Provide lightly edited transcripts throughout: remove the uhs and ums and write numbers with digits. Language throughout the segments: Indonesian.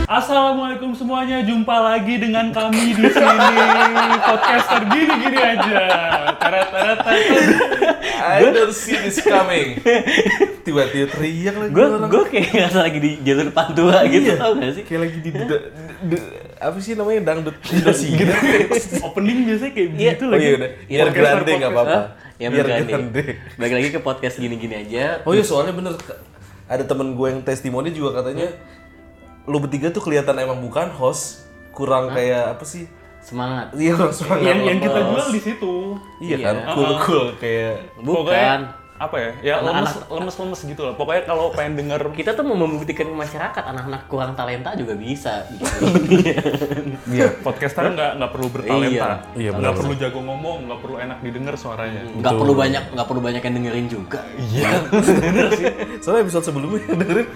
Assalamualaikum semuanya, jumpa lagi dengan kami di sini podcaster gini-gini aja. I don't see this coming. Tiba-tiba teriak lagi. Gue kayak ngerasa lagi di jalur pantura gitu, tau gak sih? Kayak lagi di apa sih namanya, dangdut Indonesia. Opening biasanya kayak begitu lagi. Oh iya udah. Biar grande nggak apa-apa. Ya berani. Balik lagi ke podcast gini-gini aja. Oh iya, soalnya bener, ada temen gue yang testimoni juga katanya, lu bertiga tuh kelihatan emang bukan host, kurang kayak apa sih? Semangat. Iya, kurang semangat. Yang kita jual di situ. Iya kan, cool kayak. Pokoknya, Bukan. apa ya? Ya lemes-lemes gitu lah. Pokoknya kalau pengen denger Kita tuh mau membuktikan ke masyarakat anak-anak kurang talenta juga bisa. iya, podcaster nggak perlu bertalenta, Iya, nggak benar. perlu jago ngomong, nggak perlu enak didengar suaranya. Nggak perlu banyak yang dengerin juga. Iya, bener sih. Soalnya episode sebelumnya dengerin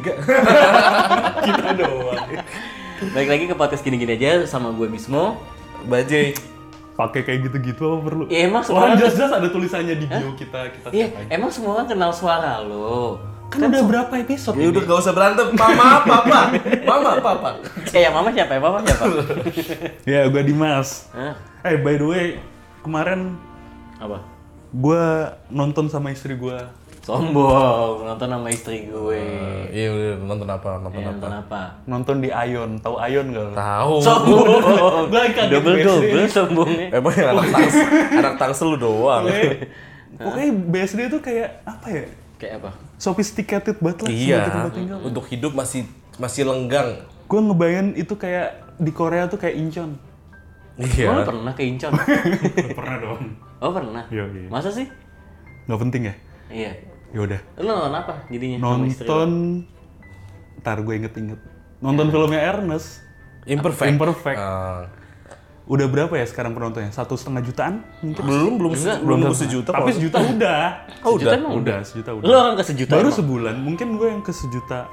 3. Kita doang. Balik lagi ke podcast gini-gini aja sama gue Bismo. Bajai. Pakai kayak gitu-gitu apa perlu? Ya emang Orang semua jelas-jelas ada tulisannya di bio kita Iya, siapa. emang semua orang kenal suara lo. Kan udah berapa episode? Ya udah gak usah berantem. Mama, papa. Ya mama siapa? Ya, gue Dimas. Hah? By the way, kemarin Apa? gue nonton sama istri gue. Sombong, nonton sama istri gue. Iya udah, nonton apa? Nonton apa? Nonton di Ion. Tahu Ion gak? Tahu. Sombong. Gue lagi kaget Double sombongnya. Emang yang anak tangsel lu doang. Pokoknya BSD itu kayak apa ya? Kayak apa? Sophisticated banget lah. Iya. sama tempat tinggal. Untuk hidup masih lenggang. Gue ngebayangin itu kayak di Korea tuh kayak Incheon. Oh, Iya. lu pernah ke Incheon? Pernah dong. Oh pernah? Iya. Masa sih? Gak penting ya? Iya. Ya udah. Lu nonton apa jadinya sama istri lu? Nonton. Ntar gue inget-inget. Nonton filmnya Ernest. Imperfect. Imperfect. Ah. Udah berapa ya sekarang penontonnya? 1,5 jutaan? Mungkin. belum sejuta. Tapi sejuta udah. Oh, Sejuta udah. emang Udah, sejuta udah. Lu orang ke sejuta Baru emang? sebulan. Mungkin gue yang ke sejuta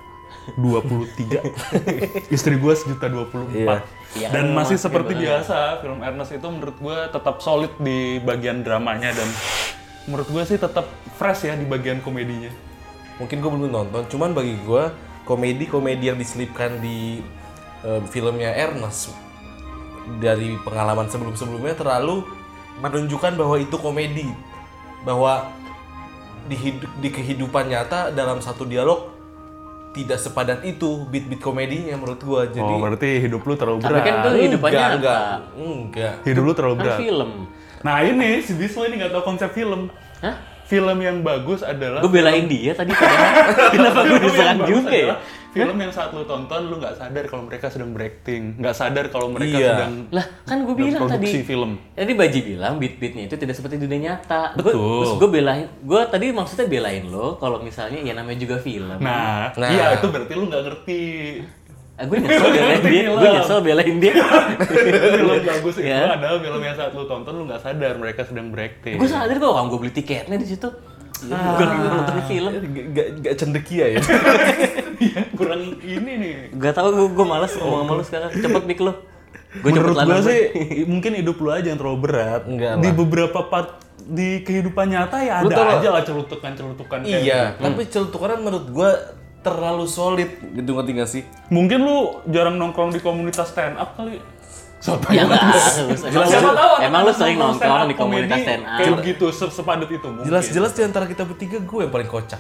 23. Istri gue sejuta 24. Iya. Iya, Dan kan masih emang seperti kayak biasa, film Ernest itu menurut gue tetap solid di bagian dramanya dan menurut gue sih tetap fresh ya di bagian komedinya. Mungkin gue belum nonton, cuman bagi gue komedi-komedi yang diselipkan di filmnya Ernest dari pengalaman sebelum-sebelumnya terlalu menunjukkan bahwa itu komedi, bahwa di kehidupan nyata dalam satu dialog tidak sepadat itu beat-beat komedinya menurut gue. Jadi Oh, berarti hidup lu terlalu Tapi berat. kan itu hidupannya apa? enggak. Hidup lu terlalu Kan berat. film. Nah ini, si Bismo ini nggak tahu konsep film. Hah? Film yang bagus adalah Gue belain dia tadi padahal. Kenapa gue diserang juga ya? film yang saat lu tonton lu nggak sadar kalau mereka sedang berakting, nggak sadar kalau mereka Iya. sedang Lah kan gue bilang produksi tadi. film. Tadi Baji bilang beat-beatnya itu tidak seperti dunia nyata. Betul. Terus gue belain, gue tadi maksudnya belain lo kalau misalnya ya namanya juga film. Nah, Nah. iya itu berarti lu nggak ngerti. Gue nyesel belain dia. Gue nyesel belain dia. Film bagus itu Ya. adalah film yang saat lu tonton lu nggak sadar mereka sedang berakting. Gue sadar kok orang gue beli tiketnya di situ. Bukan nonton film. Gak cendekia ya. Iya, kurang ini nih. Gak tau gue malas ngomong sama lu sekarang. Cepet mik lu. Gue Menurut cepet gua lama sih mungkin hidup lu aja yang terlalu berat. Enggak Di lah. beberapa part di kehidupan nyata ya Lu ada tau aja lah celutukan-celutukan kayak Iya, gitu. tapi celutukannya menurut gue terlalu solid gitu, ngerti gak sih? Mungkin lu jarang nongkrong di komunitas stand up kali. Ya nggak harus. Siapa tahu Emang lu anak-anak sering nongkrong stand nongkrong up di komunitas komedi stand up. kayak gitu sepadat itu mungkin. Jelas-jelas di antara kita bertiga gue yang paling kocak.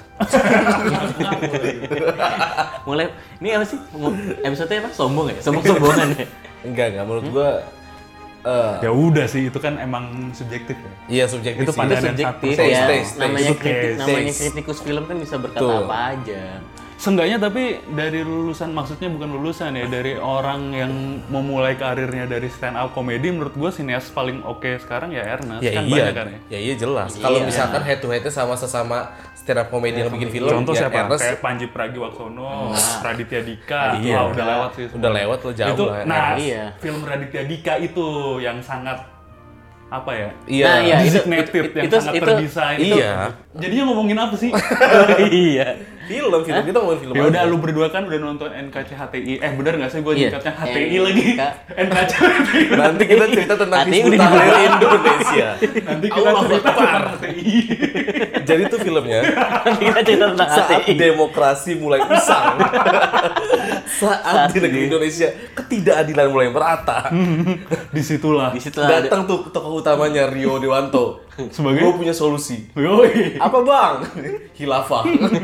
Mulai ini apa sih? Episode apa? Sombong ya? Sombong-sombongan ya? Enggak, menurut gue Ya udah sih itu kan emang subjektif ya. iya subjektif Itu sih. pada- Itu subjektif Taste, ya. taste. Namanya Itu kritik, taste. namanya kritikus film kan bisa berkata Betul. apa aja. Seenggaknya tapi dari lulusan, maksudnya bukan lulusan ya, dari orang yang memulai karirnya dari stand up comedy, menurut gue sineas paling oke sekarang ya Ernest. Ya Kan iya, banyak kan ya. ya iya jelas. Kalau Iya. misalkan head to headnya sama sesama stand up comedy yang bikin film, Contoh ya siapa? Ernest Kayak Panji Pragiwaksono, Raditya Dika, Iya. wah, udah lewat sih. udah lewat lo jauh Itu, lah. nah, Iya. film Raditya Dika itu yang sangat apa ya? Iya. Nah, iya. Designated, yang sangat terdesain. Iya. Jadinya ngomongin apa sih? Iya. Film kita ngomongin film. Ya udah, aja. lu berdua kan udah nonton NKCHTI. Bener nggak sih gue Iya. nyingkatnya HTI lagi? NK. NKCHTI. Nanti kita cerita tentang Hati Hizbut udah Tahrir Indonesia. Nanti kita Allahu cerita Akbar. tentang HTI. Jadi tuh filmnya Kita cerita tentang saat HTI. demokrasi mulai usang, saat di negeri Indonesia ketidakadilan mulai merata, Disitulah. Di situ ada datang tuh tokoh utamanya Rio Dewanto. Sebagai? Gue punya solusi. Yoi. Apa bang? Khilafah.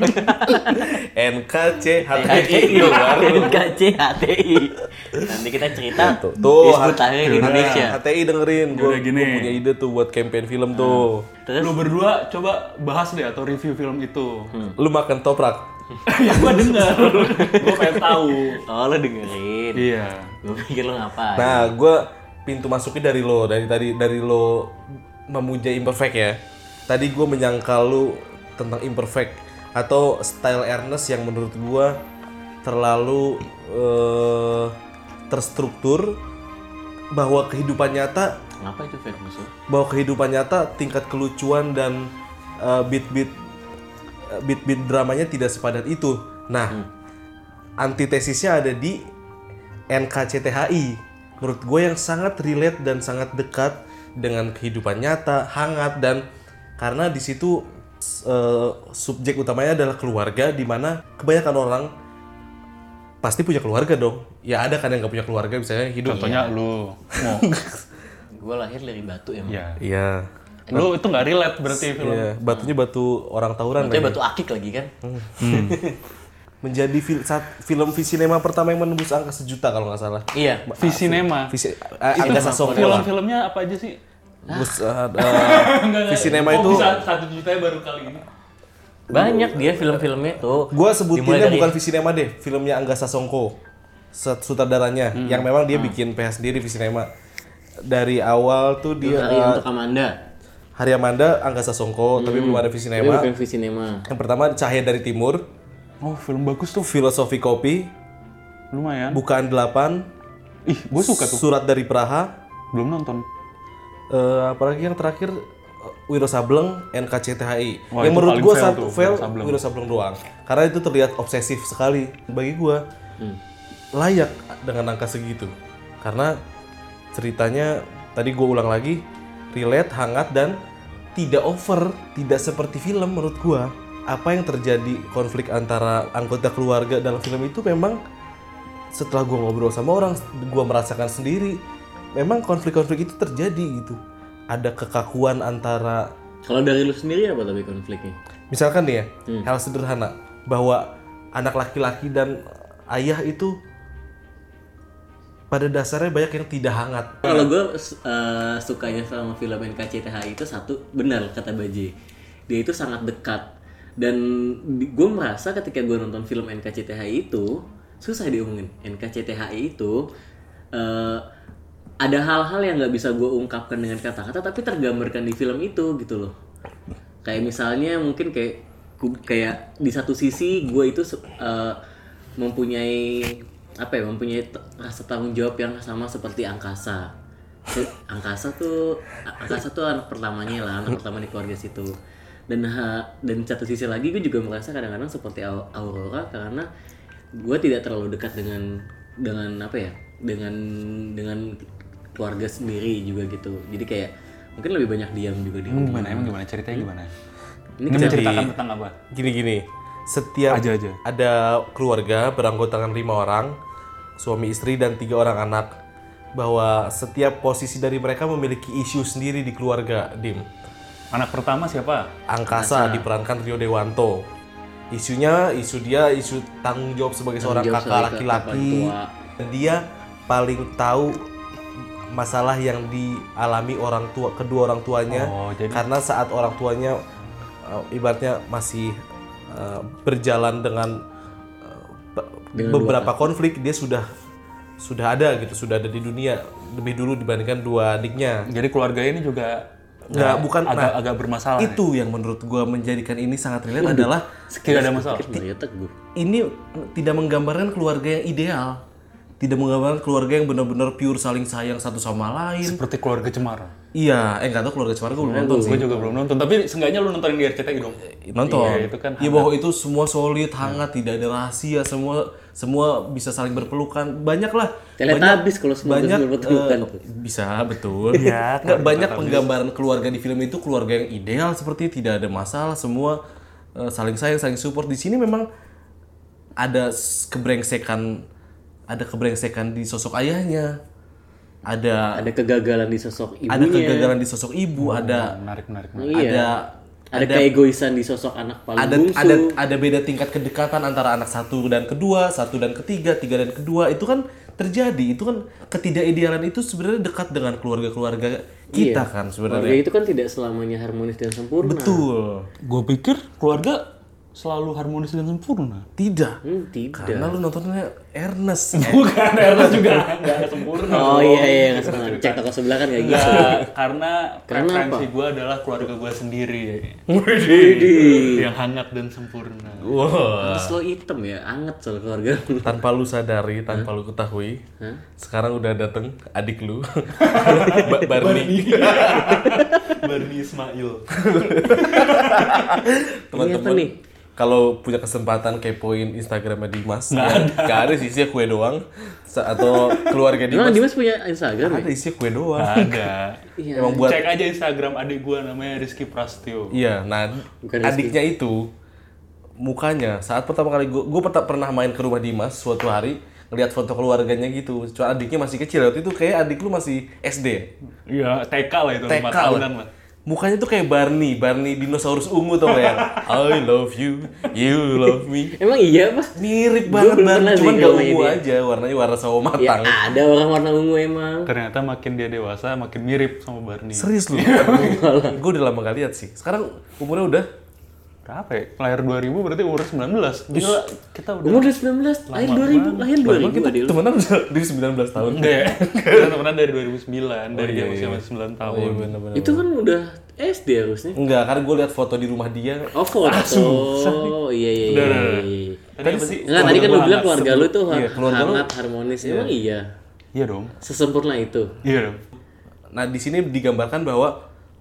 NKCHTI. NKCHTI. Nanti kita cerita Tuh, Hizbut Tahrir di Indonesia. HTI dengerin. Gue Udah gini. punya ide tuh buat campaign film tuh. Terus Lu berdua coba bahas deh atau review film itu. Lu makan toprak. Ya gua denger. Gua pengen tahu. oh lo dengerin. Iya. Gue pikir lo ngapain. Nah, gue pintu masuknya dari lo, dari lo memuja Imperfect ya. Tadi gue menyangkal lu tentang Imperfect atau style Ernest yang menurut gue terlalu terstruktur, bahwa kehidupan nyata, Kenapa itu Fer musuh? bahwa kehidupan nyata tingkat kelucuan dan beat-beat dramanya tidak sepadat itu. Nah, antitesisnya ada di NKCTHI. Menurut gue yang sangat relate dan sangat dekat dengan kehidupan nyata, hangat, dan karena di situ subjek utamanya adalah keluarga, di mana kebanyakan orang pasti punya keluarga dong. Ya ada kan yang nggak punya keluarga, misalnya hidup. Contohnya lu mau. Gue lahir dari batu emang. Iya. Iya. Lu itu nggak relate berarti film. Iya, batunya batu orang tawuran. Batunya lagi. batu akik lagi kan? Menjadi film Visinema pertama yang menembus angka 1 juta kalau nggak salah. Iya. Visinema. Angga Sasongko lah. Film-filmnya apa aja sih? Terus Visinema itu bisa 1 juta baru kali ini. Banyak dia film-filmnya tuh. gua Dimulai sebutinnya dari- bukan Visinema deh, filmnya Angga Sasongko. Sutradaranya yang memang dia bikin PH sendiri Visinema. Dari awal tuh dia Hari untuk Amanda. Hari Amanda Angga Sasongko, tapi belum ada Dia Visinema. bukan Visinema. Yang pertama Cahaya dari Timur, Oh, film bagus tuh. Filosofi Kopi, Lumayan. Bukaan 8, Ih, gue suka tuh. Surat dari Praha, Belum nonton. apalagi yang terakhir Wiro Sableng NKCTHI. Wah, Yang itu menurut paling gue fail satu tuh, fail Wiro Sableng. Wiro Sableng doang. Karena itu terlihat obsesif sekali. Bagi gue layak dengan angka segitu. Karena ceritanya tadi gue ulang lagi, relate, hangat, dan tidak over, tidak seperti film menurut gue. Apa yang terjadi konflik antara anggota keluarga dalam film itu memang setelah gue ngobrol sama orang, gue merasakan sendiri. Memang konflik-konflik itu terjadi gitu. Ada kekakuan antara, Kalau dari lu sendiri apa tapi konfliknya? misalkan nih ya, hal sederhana, bahwa anak laki-laki dan ayah itu pada dasarnya banyak yang tidak hangat. Kalau gue sukanya sama film NKCTHI itu satu, benar kata Baje, dia itu sangat dekat. Dan gue merasa ketika gue nonton film NKCTHI itu susah diomongin. NKCTHI itu ada hal-hal yang nggak bisa gue ungkapkan dengan kata-kata, tapi tergambarkan di film itu gitu loh. Kayak misalnya mungkin kayak di satu sisi gue itu mempunyai mempunyai rasa tanggung jawab yang sama seperti Angkasa. Angkasa tuh anak pertamanya lah, anak pertama di keluarga situ. Dan satu sisi lagi gue juga merasa kadang-kadang seperti Aurora, karena gue tidak terlalu dekat dengan keluarga sendiri juga gitu. Jadi kayak mungkin lebih banyak diam juga di rumah. Gimana ceritanya gimana? Ini Ini menceritakan tentang apa? Gini-gini, setiap Aja. ada keluarga beranggotakan 5 orang, suami istri dan 3 orang anak, bahwa setiap posisi dari mereka memiliki isu sendiri di keluarga. Dim, Anak pertama siapa? Angkasa diperankan Rio Dewanto. Isu tanggung jawab sebagai seorang jawab kakak sebagai laki-laki. kakak tua. Dia paling tahu masalah yang dialami kedua orang tuanya. Oh, jadi- Karena saat orang tuanya ibaratnya masih berjalan dengan beberapa konflik, dia sudah ada di dunia lebih dulu dibandingkan 2 adiknya. Jadi keluarga ini juga Bukan. agak bermasalah. Itu yang menurut gua menjadikan ini sangat relate adalah Tidak ada masalah. Ternyata gue. ini tidak menggambarkan keluarga yang ideal. tidak menggambarkan keluarga yang benar-benar pure saling sayang satu sama lain. Seperti keluarga Cemara. Iya, nggak tahu keluarga Cemara gue belum nonton sih. Gue juga belum nonton, tapi seenggaknya lu nontonin di RCTI dong. Nonton. Iya, itu kan Iya, bahwa itu semua solid, hangat, tidak ada rahasia, semua bisa saling berpelukan. Banyak lah. Teletabis kalau semua banyak berpelukan. bisa betul. Iya, Nggak banyak penggambaran keluarga di film itu keluarga yang ideal seperti tidak ada masalah, semua saling sayang, saling support. Di sini memang ada kebrengsekan di sosok ayahnya. Ada kegagalan di sosok ibunya. ada kegagalan di sosok ibu, menarik. Iya. Ada keegoisan di sosok anak paling bungsu. ada beda tingkat kedekatan antara anak satu dan kedua, satu dan ketiga, tiga dan kedua. Itu kan terjadi. Itu kan ketidakidealan itu sebenarnya dekat dengan keluarga-keluarga kita kan sebenarnya. Keluarga itu kan tidak selamanya harmonis dan sempurna. Betul. Gue pikir keluarga selalu harmonis dan sempurna. Tidak. Tidak. Karena lu nontonnya Ernest. Bukan, Ernest juga nggak sempurna. Oh iya, nggak sempurna. Cek toko sebelah kan kayak gitu. Nggak, karena Karena preferensi apa? gue adalah keluarga gue sendiri. Yang hangat dan sempurna. Wah. Terus lo hitam ya, anget soal keluarga. Tanpa lu sadari, tanpa lu ketahui, sekarang udah dateng adik lu, Barney. Barney Ismail. Ini apa nih? Kalau punya kesempatan kepoin Instagramnya Dimas, nggak ada sih, isinya kue doang. Atau keluarga Emang Dimas, Dimas punya Instagram ya? ada isinya kue doang. Ada. Iya. Emang buat, Cek aja Instagram adik gue namanya Rizky Prastio. iya. Nah, Bukan adiknya itu mukanya saat pertama kali gue pernah main ke rumah Dimas suatu hari ngeliat foto keluarganya gitu. Cuma adiknya masih kecil waktu itu, kayak adik lu masih SD. Iya, TK lah itu, 5 TK tahunan lah. Mukanya tuh kayak Barney dinosaurus ungu tau gak ya? I love you, you love me. Emang iya apa? Mirip Gua banget belum Barney, pernah cuman sih gak kalau ungu ini. aja, warnanya warna sawo Ya matang. ada orang warna ungu emang. Ternyata makin dia dewasa, makin mirip sama Barney. Serius lu? Gue udah lama gak lihat sih. Sekarang umurnya udah Berapa ya? Lahir 2000 berarti umur 19. Gila, kita udah... Umur udah 19, lahir 2000, lahir 2000 kita adil. temenan udah dari 19 tahun. Enggak ya? Kita temenan dari 2009, dari dia masih 9 tahun. Iya bener-bener. Itu kan udah SD harusnya. Enggak, karena gue lihat foto di rumah dia. Oh foto. Iya. Tadi apa sih? Enggak, tadi kan lu bilang keluarga lu tuh Iya, keluarga lu- hangat, harmonis. Emang iya. Iya dong. Sesempurna itu. Iya dong. Nah, di sini digambarkan bahwa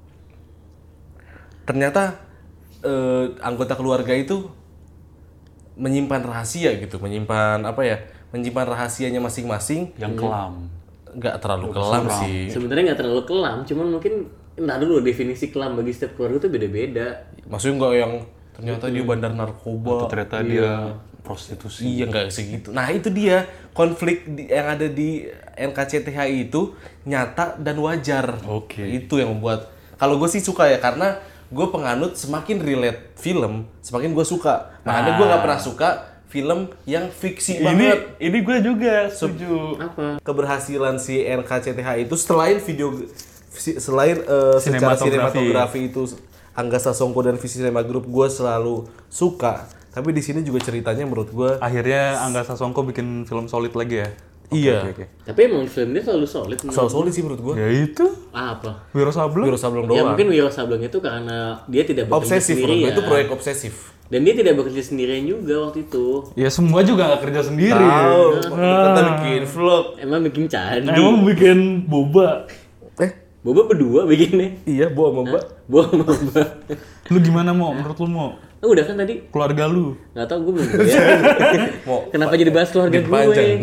ternyata anggota keluarga itu menyimpan rahasia gitu, menyimpan rahasianya masing-masing. Yang kelam. Nggak terlalu kelam sih. Sebenarnya nggak terlalu kelam, cuman mungkin entar dulu definisi kelam bagi setiap keluarga tuh beda-beda. Maksudnya nggak yang ternyata dia bandar narkoba. Ternyata dia prostitusi. Iya, nggak segitu. Nah, itu dia konflik yang ada di NKCTHI itu nyata dan wajar. Oke. Itu yang membuat, kalau gue sih suka ya, karena gue penganut semakin relate film, semakin gue suka. Makanya gue nggak pernah suka film yang fiksi banget. Ini gue juga setuju. Apa? Keberhasilan si NKCTHI itu selain secara Sinematografi. sinematografi itu Angga Sasongko dan Visi Cinema Group gue selalu suka. Tapi di sini juga ceritanya menurut gue Akhirnya Angga Sasongko bikin film solid lagi ya? iya. Oke. Tapi emang film dia selalu solid. Soal solid sih menurut gue. Ya itu. Apa? Wiro Sableng. Wiro Sableng Ya doang. mungkin Wiro Sableng itu karena dia tidak bekerja Obsesif menurut gue, sendirian. itu proyek obsesif. Dan dia tidak bekerja sendirian juga waktu itu. Ya semua juga gak kerja sendiri. Tahu, kita bikin vlog. Emang bikin candi. Emang bikin boba. Boba berdua bikinnya. Iya, Bu sama Mbak. Boba sama Boba. Lu gimana mau? Menurut lu mau? Oh, udah kan tadi? Keluarga lu. Gak tau gue belum lihat. Mau Kenapa jadi bahas keluarga gue? panjang.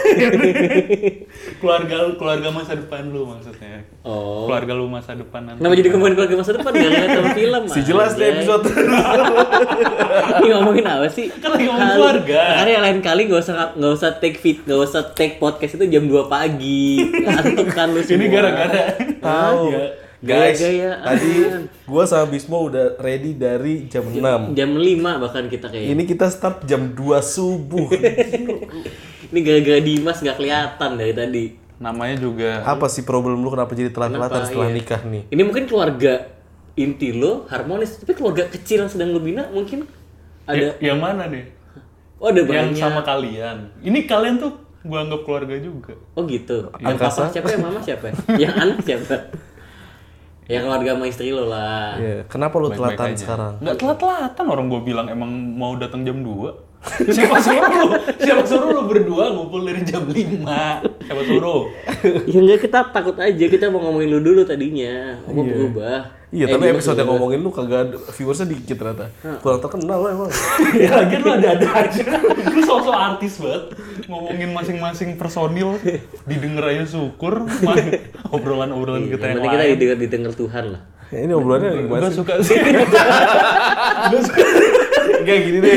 Keluarga masa depan lu maksudnya. Oh. Keluarga lu masa depan nanti. Kenapa jadi ngomongin keluarga masa depan? Gak ngeliat sama film. Si jelas deh anjay. episode. Ini ngomongin apa sih? Kan lagi ngomongin keluarga. Makanya lain kali gak usah take podcast itu jam 2 pagi. Ngantuk kan lu semua. Ini gara-gara Tahu. Guys, Gaya-gayaan. tadi gua sama Bismo udah ready dari jam 6. Jam 5 bahkan kita kayaknya. Ini kita start jam 2 subuh. Ini gara-gara Dimas gak kelihatan dari tadi. namanya juga Apa sih problem lu kenapa jadi telat-telatan setelah Iya. nikah nih? Ini mungkin keluarga inti lo harmonis, tapi keluarga kecil yang sedang lo bina mungkin ada. yang mana nih? Oh ada Yang banyak. sama kalian. Ini kalian tuh gua anggap keluarga juga. Oh gitu. Yang Angkasa? papa siapa, yang mama siapa? Yang anak siapa? Yang keluarga sama istri lo lah. Iya, kenapa lu Baik-baik telatan aja. sekarang? Nggak telat-telatan orang gua bilang emang mau datang jam 2. Siapa suruh lu berdua ngumpul dari jam 5? Siapa suruh? Ya enggak, kita takut aja, kita mau ngomongin lu dulu tadinya. Mau berubah. Iya, tapi gimana episode yang berubah? ngomongin lu kagak ada, viewersnya dikit ternyata. Kurang terkenal lo emang. Ya lagi lu ada aja. Lu sosok artis banget. Ngomongin masing-masing personil, didengar aja syukur. Obrolan-obrolan kita Yang yang penting kita lain. didengar Tuhan lah. Ini obrolannya Gue gimana sih? suka sih. Kayak gini deh.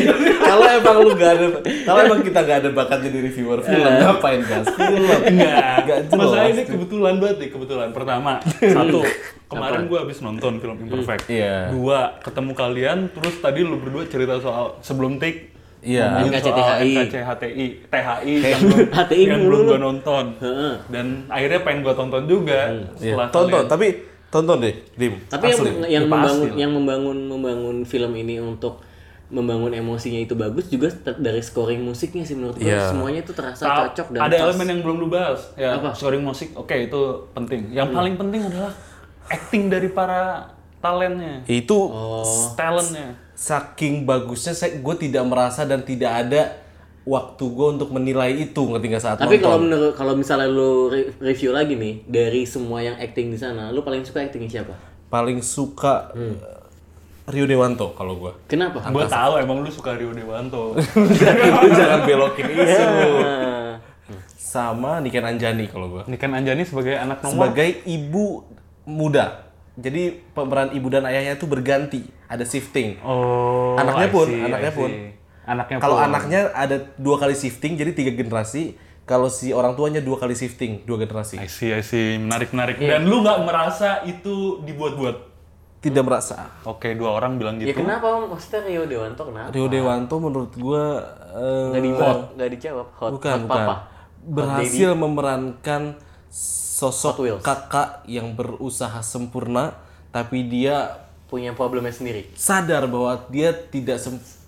Kalau emang kita nggak ada bakat jadi reviewer film, ngapain bahas film? Enggak. jelas. Masalah ini kebetulan banget nih, kebetulan. Pertama, satu, kemarin gue habis nonton film Imperfect. Iya. Dua, ketemu kalian, terus tadi lu berdua cerita soal sebelum take. Iya. ngomongin soal NKCTHI. NKCTHI, THI yang belum, HTI yang mulu belum lu. gue nonton. Dan akhirnya pengen gue tonton juga. Iya. Setelah Tonton, kalian- tapi tonton deh, Dim. Tapi Asli. yang pasti membangun film ini untuk membangun emosinya itu bagus juga dari scoring musiknya sih menurut gue. Iya. Semuanya itu terasa Ta- cocok dan ada pas. elemen yang belum lu bahas. Ya, Apa? scoring musik, oke itu penting. Yang paling penting adalah acting dari para talentnya. Itu Talentnya. saking bagusnya, gue tidak merasa dan tidak ada waktu gue untuk menilai itu, ngerti nggak saat Tapi nonton. kalau misalnya lu review lagi nih dari semua yang acting di sana, lu paling suka actingnya siapa? Paling suka Rio Dewanto kalau gue. Kenapa? Gue tahu emang lu suka Rio Dewanto. Jangan belokin isu. Nah, Sama Niken Anjani kalau gue. Niken Anjani sebagai anak nomor. Sebagai ibu muda. Jadi pemeran ibu dan ayahnya itu berganti, ada shifting. Oh. Anaknya I pun, see, anaknya I pun. see. Anaknya Kalau pun. anaknya ada 2 kali shifting, jadi 3 generasi. Kalau si orang tuanya 2 kali shifting, 2 generasi. I see. Menarik. Dan lu nggak merasa itu dibuat-buat? Tidak merasa. Oke, 2 orang bilang ya gitu. kenapa maksudnya Rio Dewanto kenapa? Rio Dewanto menurut gua Nggak dijawab. Hot bukan. papa. Berhasil memerankan Hot sosok Wheels. kakak yang berusaha sempurna, tapi dia Punya problemnya sendiri. sadar bahwa dia tidak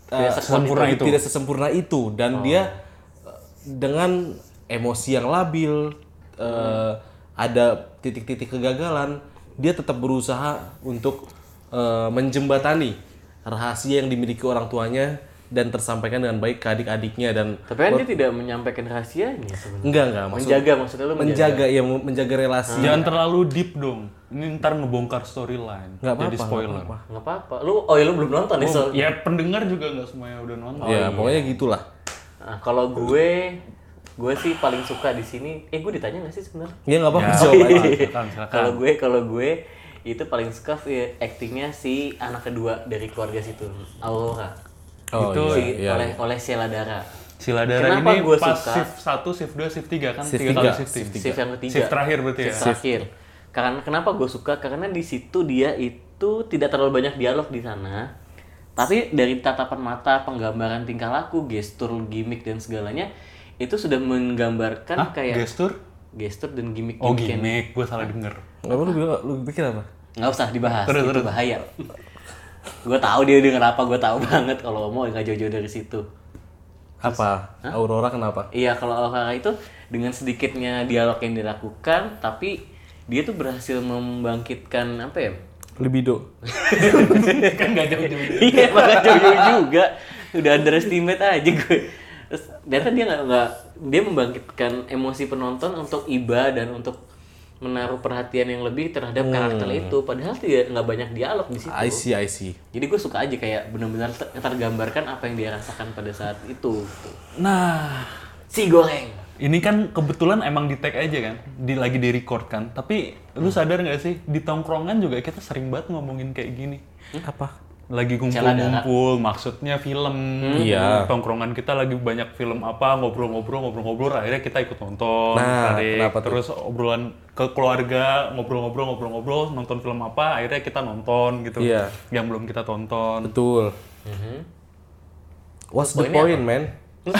tidak sesempurna itu dan dia dengan emosi yang labil, ada titik-titik kegagalan, dia tetap berusaha untuk menjembatani rahasia yang dimiliki orang tuanya dan tersampaikan dengan baik ke adik-adiknya. Dan Tapi kan dia tidak menyampaikan rahasianya sebenarnya. enggak Maksudnya lu menjaga relasi. Jangan terlalu deep dong. Ini ntar ngebongkar storyline. Nggak Jadi apa-apa, spoiler. nggak apa-apa. Lu belum nonton nih soal. Ya pendengar juga nggak semuanya udah nonton. Ya, pokoknya gitulah. Nah, kalau gue sih paling suka di sini. Gue ditanya nggak sih sebenarnya? Ya nggak apa-apa, Ya, jawab aja. silakan. Kalau gue itu paling suka actingnya si anak kedua dari keluarga situ, Aurora. Oh, Itu iya. oleh Sheila Dara. Sheila Dara Kenapa ini gua pas suka? shift 1, shift 2, shift 3 kan? Shift 3 kali tiga. shifting. Shift yang ketiga. Shift terakhir berarti ya? Shift terakhir. Karena kenapa gue suka? Karena di situ dia itu tidak terlalu banyak dialog di sana. Tapi dari tatapan mata, penggambaran tingkah laku, gestur, gimmick dan segalanya itu sudah menggambarkan Hah? kayak Gestur? dan gimmick. Oh gimmick, gue salah denger. Nggak apa lu pikir apa? Nggak usah dibahas, Terus. itu bahaya. Gue tahu dia denger apa, gue tahu banget kalau mau nggak jauh-jauh dari situ. Apa? Aurora kenapa? Iya, kalau Aurora itu dengan sedikitnya dialog yang dilakukan, tapi dia tuh berhasil membangkitkan apa ya? Libido. Kan nggak jauh-jauh. Iya, makanya jauh-jauh juga. Udah underestimate aja gue. Terus ternyata dia nggak dia membangkitkan emosi penonton untuk iba dan untuk menaruh perhatian yang lebih terhadap karakter itu. Padahal dia nggak banyak dialog di situ. I see. Jadi gue suka aja kayak benar-benar tergambarkan apa yang dia rasakan pada saat itu. Nah, Si goreng. ini kan kebetulan emang di tag aja kan, lagi di record kan. Tapi lu sadar nggak sih di tongkrongan juga kita sering banget ngomongin kayak gini. Apa? Lagi kumpul-kumpul, maksudnya film. Iya. Tongkrongan kita lagi banyak film apa, ngobrol-ngobrol, akhirnya kita ikut nonton. Nah, tarik. kenapa tuh? Terus obrolan ke keluarga, ngobrol-ngobrol, nonton film apa, akhirnya kita nonton gitu. Iya. Yang belum kita tonton. Betul. What's the Poinnya point, man?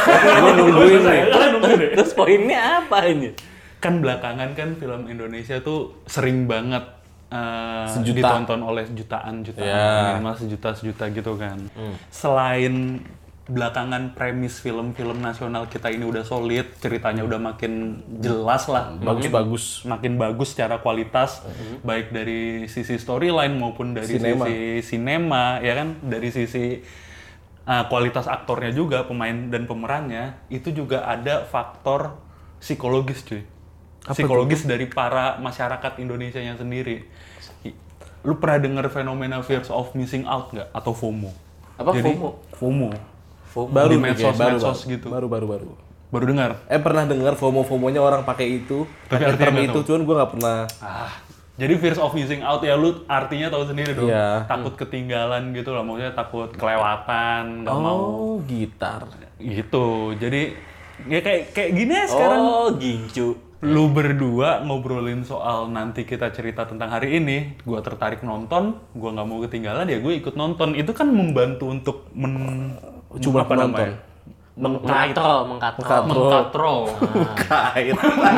Terus poinnya apa ini? Kan belakangan kan film Indonesia tuh sering banget Sejuta. ditonton oleh jutaan, Ya. minimal sejuta gitu kan. Selain belakangan premis film-film nasional kita ini udah solid, ceritanya udah makin jelas lah, Bagus. makin bagus secara kualitas, baik dari sisi storyline maupun dari Sinema. sisi sinema, ya kan, dari sisi kualitas aktornya juga, pemain dan pemerannya, itu juga ada faktor psikologis cuy. Psikologis dari para masyarakat Indonesianya sendiri. Lu pernah denger fenomena fears of missing out nggak? Atau FOMO? Apa Jadi, FOMO? FOMO. Baru Di nih, medsos gitu. Baru. Baru dengar? Pernah dengar FOMO-FOMOnya orang pakai itu, Tapi pakai artinya term nggak itu, cuman gue nggak pernah. Jadi fears of missing out ya lu artinya tahu sendiri dong. Iya. Takut ketinggalan gitu lah, maksudnya takut kelewatan, nggak mau Oh, gitar. gitu. Jadi ya kayak gini ya sekarang. Oh, gincu. Lu berdua ngobrolin soal nanti kita cerita tentang hari ini, gua tertarik nonton, gua nggak mau ketinggalan ya gue ikut nonton. Itu kan membantu untuk Jumlah apa penonton. namanya? Mengkatrol. Mengkatrol. Kait.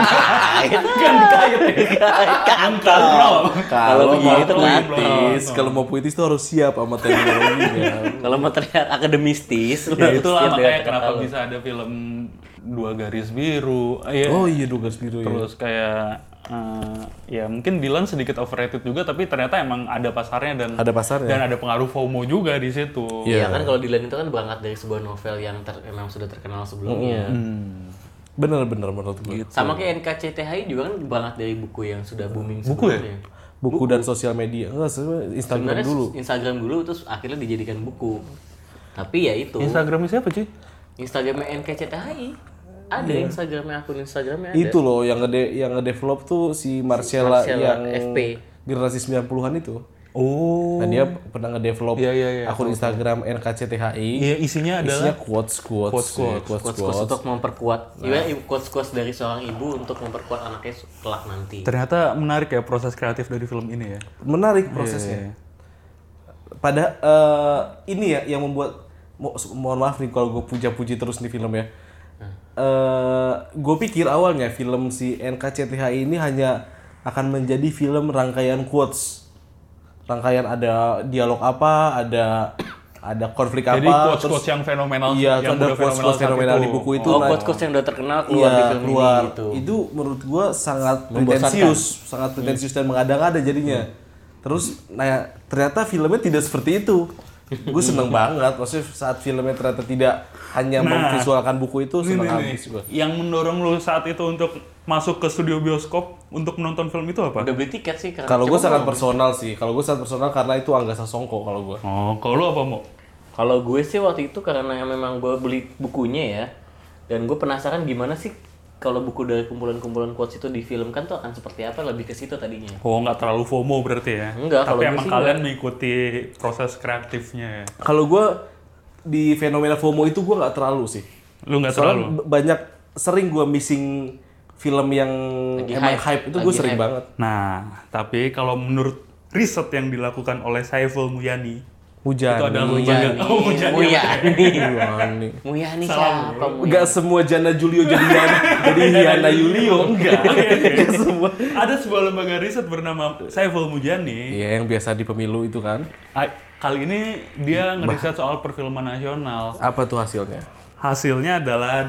Kan kait ya. Mengkatrol. Kalau begitu mau latih. puitis, kalau mau puitis tuh harus siap sama terminologinya. Kalau mau terlihat akademistis, Ya itulah siap dengan makanya kenapa kata-kata lu. bisa ada film Dua Garis Biru. Ya. Oh iya, dua garis biru ya. Terus kayak ya mungkin Dylan sedikit overrated juga, tapi ternyata emang ada pasarnya dan Ada pasarnya. dan ada pengaruh FOMO juga di situ. Iya kan kalau Dylan itu kan berangkat dari sebuah novel yang memang sudah terkenal sebelumnya. Bener menurut gue. Sama kayak NKCTHI juga kan berangkat dari buku yang sudah booming Buku ya? sebelumnya. Buku dan sosial media. Enggak, sebenarnya Instagram Sebenarnya dulu. Instagram dulu terus akhirnya dijadikan buku. Tapi ya itu Instagramnya siapa cuy? Instagramnya NKCTHI. Ada Instagramnya, akun Instagramnya ada. Itu loh yang ngedevelop tuh si Marcella Marcella yang FP. generasi 90-an itu. Oh. Nah, dia pernah ngedevelop Iya, akun Instagram NKCTHI. Iya, isinya adalah Quotes Quotes untuk memperkuat, quotes dari seorang ibu untuk memperkuat anaknya kelak nanti. ternyata menarik ya proses kreatif dari film ini ya. Menarik prosesnya. Pada ini ya yang membuat mohon maaf nih kalau gue puja-puji terus nih film ya. Gue pikir awalnya film si NKCTHI ini hanya akan menjadi film rangkaian quotes. Rangkaian ada dialog apa, ada konflik Jadi apa, quotes-quotes yang fenomenal, iya, yang ada udah quotes fenomenal saat di buku itu. Oh, nah, quotes yang udah terkenal keluar di film keluar. ini gitu. Itu menurut gua sangat Membosankan. pretensius dan mengada-ngada jadinya. Terus, nah ternyata filmnya tidak seperti itu. Gue seneng banget, maksudnya saat filmnya ternyata tidak hanya memvisualkan buku itu, seneng habis gue. Yang mendorong lu saat itu untuk masuk ke studio bioskop untuk menonton film itu apa? Udah beli tiket sih karena Kalau gue cuma sangat mau. personal sih, karena itu Angga Sasongko kalau gue. Oh, kalau lu apa mau? Kalau gue sih waktu itu karena memang gue beli bukunya ya, dan gue penasaran gimana sih kalau buku dari kumpulan-kumpulan quotes itu difilmkan tuh akan seperti apa, lebih ke situ tadinya. Oh, nggak terlalu FOMO berarti ya? Enggak, kalau Tapi gue emang sih kalian mengikuti proses kreatifnya ya? Kalau gue di fenomena FOMO itu gue nggak terlalu sih. Lu nggak Soalnya terlalu? banyak sering gue missing film yang Lagi emang hype. hype itu gue Lagi sering hype. banget. Nah, tapi kalau menurut riset yang dilakukan oleh Saiful Muyani, Hujan. itu adalah Muyani. Oh, Muyani. Muyani. Muyani Salah. siapa? Enggak semua Jana Julio jadi Yana Yulio, enggak. Enggak semua. Ada sebuah lembaga riset bernama Saiful Mujani. Iya, yang biasa di pemilu itu kan. Kali ini dia ngeriset soal perfilman nasional. Apa tuh hasilnya? Hasilnya adalah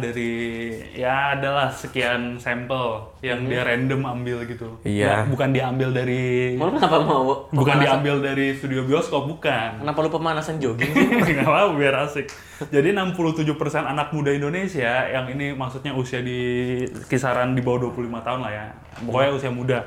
adalah sekian sampel yang dia random ambil gitu. Iya. Nggak, bukan diambil dari Mau kenapa mau? bukan diambil dari studio bioskop, bukan. Kenapa lu pemanasan jogging sih? Nggak apa biar asik. Jadi 67% anak muda Indonesia yang ini maksudnya usia di kisaran di bawah 25 tahun lah ya. Pokoknya usia muda.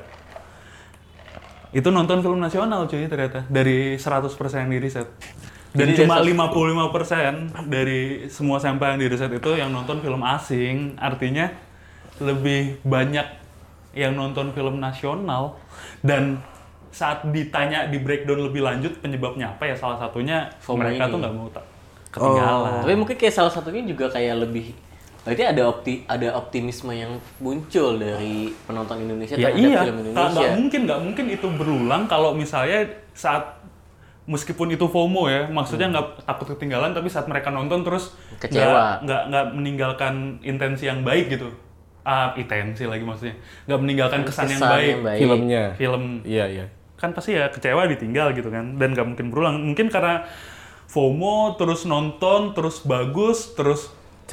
Itu nonton film nasional cuy ternyata dari 100% yang di riset. Dan Jadi cuma dari 55% dari semua sampel yang di riset itu yang nonton film asing. Artinya lebih banyak yang nonton film nasional. Dan saat ditanya di breakdown lebih lanjut penyebabnya apa ya, salah satunya FOMO mereka ini. tuh nggak mau ketinggalan. Tapi mungkin kayak salah satunya juga kayak lebih berarti ada optimisme yang muncul dari penonton Indonesia Ya terhadap iya, film Indonesia. nggak mungkin itu berulang kalau misalnya saat meskipun itu FOMO ya, maksudnya nggak takut ketinggalan, tapi saat mereka nonton terus Kecewa. nggak meninggalkan intensi yang baik gitu. Intensi lagi maksudnya, nggak meninggalkan kesan yang baik. Filmnya. Film Iya. kan pasti ya kecewa ditinggal gitu kan, dan nggak mungkin berulang. Mungkin karena FOMO terus nonton terus bagus terus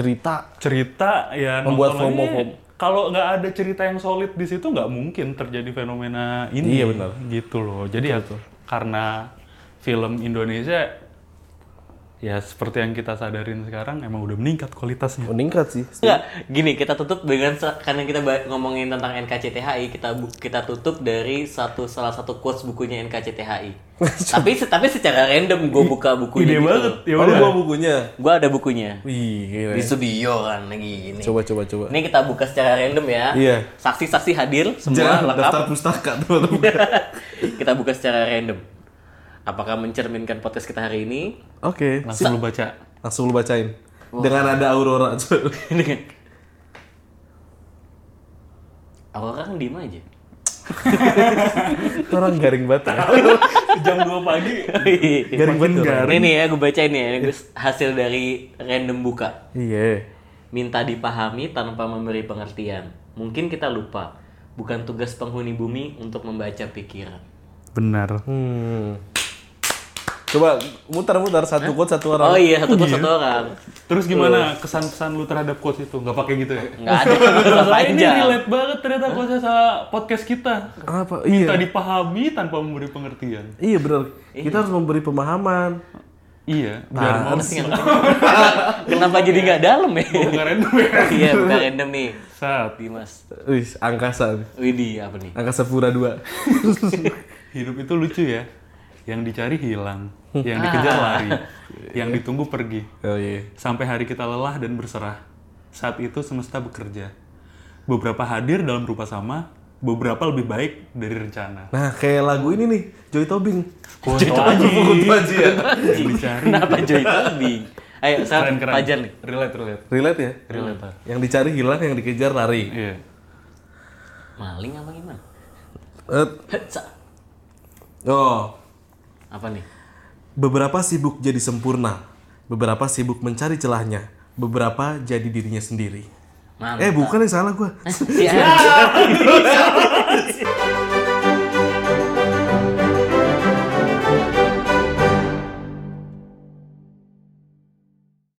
cerita ya Membuat nonton lagi. FOMO. Kalau nggak ada cerita yang solid di situ nggak mungkin terjadi fenomena ini. Iya, benar. Gitu loh. Jadi ya karena film Indonesia ya seperti yang kita sadarin sekarang emang udah meningkat kualitasnya. Meningkat sih. Enggak, gini kita tutup dengan karena kita ngomongin tentang NKCTHI, kita tutup dari salah satu quotes bukunya NKCTHI. tapi secara random gue buka bukunya. Ide gitu. banget. Ya Oh, udah. gua bukunya. Gue ada bukunya. Wih, gila. Di studio kan lagi gini. Coba. Ini kita buka secara random ya. Iya. Saksi-saksi hadir semua Jangan lengkap. daftar pustaka teman-teman. Kita buka secara random. Apakah mencerminkan podcast kita hari ini? Oke, Langsung lu baca. langsung lu bacain. Dengan ada Aurora. Orang diem aja. Orang garing banget. Ya. Jam 2 pagi. Garing banget. garing. Ini nih ya gue bacain nih. Ini gue hasil dari random buka. Iya. Minta dipahami tanpa memberi pengertian. Mungkin kita lupa. Bukan tugas penghuni bumi untuk membaca pikiran. Benar. Coba mutar-mutar satu quote satu orang. Oh iya, satu orang. Terus gimana kesan-kesan lu terhadap quotes itu? Nggak pakai gitu ya? Nggak ada, nggak Soalnya ini panjang. relate banget ternyata quotes sama podcast kita. Apa? Minta Iya. dipahami tanpa memberi pengertian. Iya benar. Kita harus memberi pemahaman. Iya, biar mau Kenapa jadi nggak dalam ya? bukan random ya. Iya, bukan random nih. Saat Dimas. Wih, angkasa. Widih, apa nih? Angkasa Pura 2. hidup itu lucu ya. Yang dicari hilang, yang dikejar lari, yang ditunggu pergi. Oh iya. Sampai hari kita lelah dan berserah. Saat itu semesta bekerja. Beberapa hadir dalam rupa sama, beberapa lebih baik dari rencana. Nah, kayak lagu ini nih, Joy Tobing. Kunto Aji ya. yang dicari. Kenapa Joy Tobing? Ayo, sekarang Keren-keren. Fajar nih. Relate. Relate ya? Relate. Yang dicari hilang, yang dikejar lari. Iya. Maling apa gimana? Hetsa. Oh, Apa nih? beberapa sibuk jadi sempurna, beberapa sibuk mencari celahnya, beberapa jadi dirinya sendiri. Mantap. Bukan yang salah gua. Si Anjing.